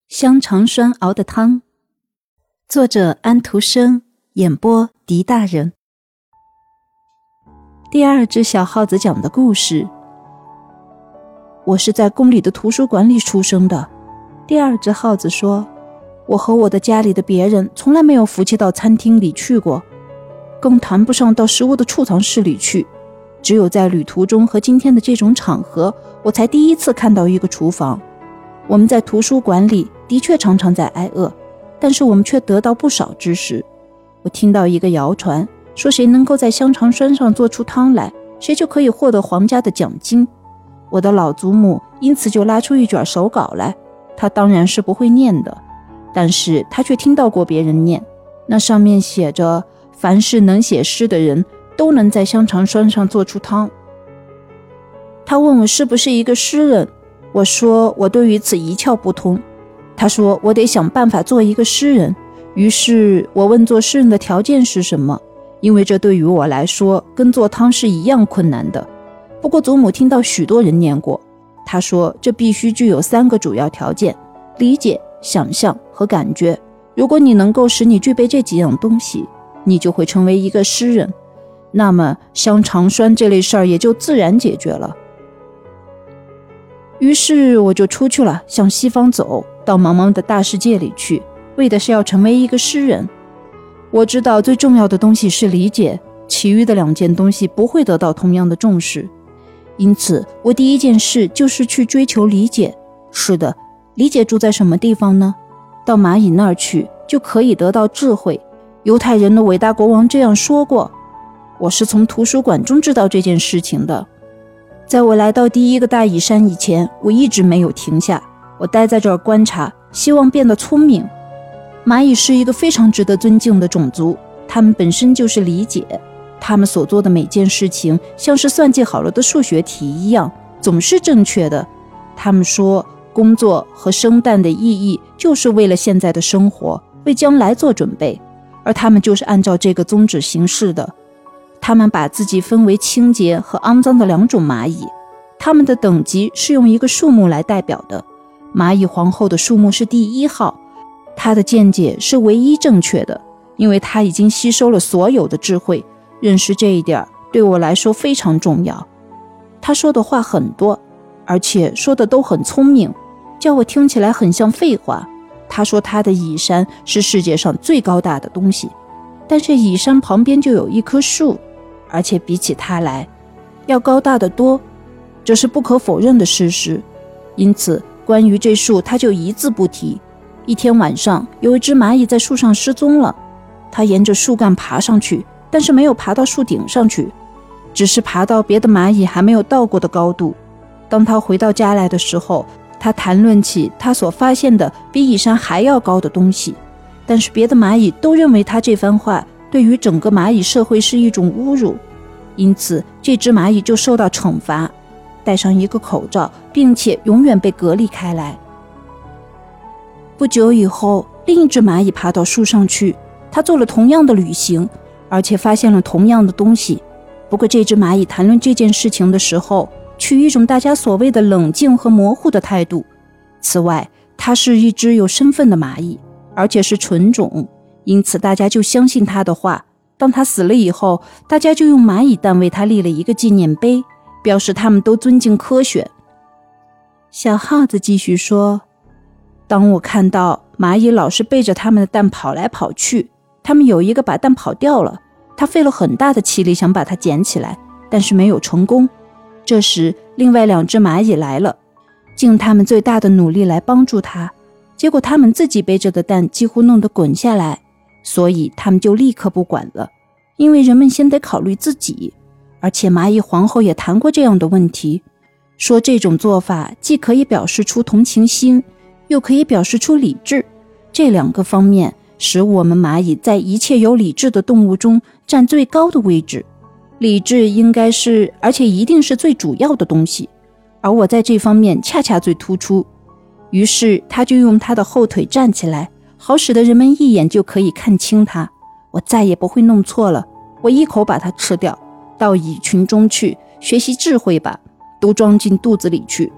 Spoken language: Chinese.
香肠栓熬的汤，作者安徒生，演播狄大人。第二只小耗子讲的故事。我是在宫里的图书馆里出生的。第二只耗子说，我和我的家里的别人从来没有福气到餐厅里去过，更谈不上到食物的储藏室里去。只有在旅途中和今天的这种场合，我才第一次看到一个厨房。我们在图书馆里的确常常在挨饿，但是我们却得到不少知识。我听到一个谣传，说谁能够在香肠栓上做出汤来，谁就可以获得皇家的奖金。我的老祖母因此就拉出一卷手稿来，她当然是不会念的，但是她却听到过别人念。那上面写着，凡是能写诗的人都能在香肠栓上做出汤。她问我是不是一个诗人，我说我对于此一窍不通。他说我得想办法做一个诗人，于是我问做诗人的条件是什么，因为这对于我来说跟做汤是一样困难的。不过祖母听到许多人念过，他说这必须具有3个主要条件：理解、想象和感觉。如果你能够使你具备这几样东西，你就会成为一个诗人，那么香肠栓这类事儿也就自然解决了。于是我就出去了，向西方走，到茫茫的大世界里去，为的是要成为一个诗人。我知道最重要的东西是理解，其余的2件东西不会得到同样的重视。因此我第一件事就是去追求理解。是的，理解住在什么地方呢？到蚂蚁那儿去就可以得到智慧。犹太人的伟大国王这样说过。我是从图书馆中知道这件事情的。在我来到第一个大蚁山以前，我一直没有停下，我待在这儿观察，希望变得聪明。蚂蚁是一个非常值得尊敬的种族，它们本身就是理解，它们所做的每件事情像是算计好了的数学题一样，总是正确的。他们说，工作和生蛋的意义就是为了现在的生活，为将来做准备，而他们就是按照这个宗旨行事的。他们把自己分为清洁和肮脏的2种蚂蚁，他们的等级是用一个数目来代表的。蚂蚁皇后的数目是第1号，她的见解是唯一正确的，因为她已经吸收了所有的智慧。认识这一点对我来说非常重要。她说的话很多，而且说的都很聪明，叫我听起来很像废话。她说她的蚁山是世界上最高大的东西，但是蚁山旁边就有一棵树，而且比起它来要高大得多，这是不可否认的事实。因此关于这树他就一字不提。一天晚上，有一只蚂蚁在树上失踪了，它沿着树干爬上去，但是没有爬到树顶上去，只是爬到别的蚂蚁还没有到过的高度。当它回到家来的时候，它谈论起它所发现的比蚁山还要高的东西，但是别的蚂蚁都认为它这番话对于整个蚂蚁社会是一种侮辱，因此这只蚂蚁就受到惩罚，戴上一个口罩，并且永远被隔离开来。不久以后，另一只蚂蚁爬到树上去，它做了同样的旅行，而且发现了同样的东西。不过这只蚂蚁谈论这件事情的时候，取一种大家所谓的冷静和模糊的态度。此外，它是一只有身份的蚂蚁，而且是纯种，因此大家就相信他的话。当他死了以后，大家就用蚂蚁蛋为他立了一个纪念碑，表示他们都尊敬科学。小耗子继续说，当我看到蚂蚁老是背着他们的蛋跑来跑去，他们有一个把蛋跑掉了，他费了很大的气力想把它捡起来，但是没有成功。这时另外2只蚂蚁来了，尽他们最大的努力来帮助他，结果他们自己背着的蛋几乎弄得滚下来，所以他们就立刻不管了，因为人们先得考虑自己。而且蚂蚁皇后也谈过这样的问题，说这种做法既可以表示出同情心，又可以表示出理智，这2个方面使我们蚂蚁在一切有理智的动物中占最高的位置。理智应该是，而且一定是最主要的东西，而我在这方面恰恰最突出。于是他就用他的后腿站起来，好使得人们一眼就可以看清他。我再也不会弄错了，我一口把它吃掉，到蚁群中去，学习智慧吧，都装进肚子里去。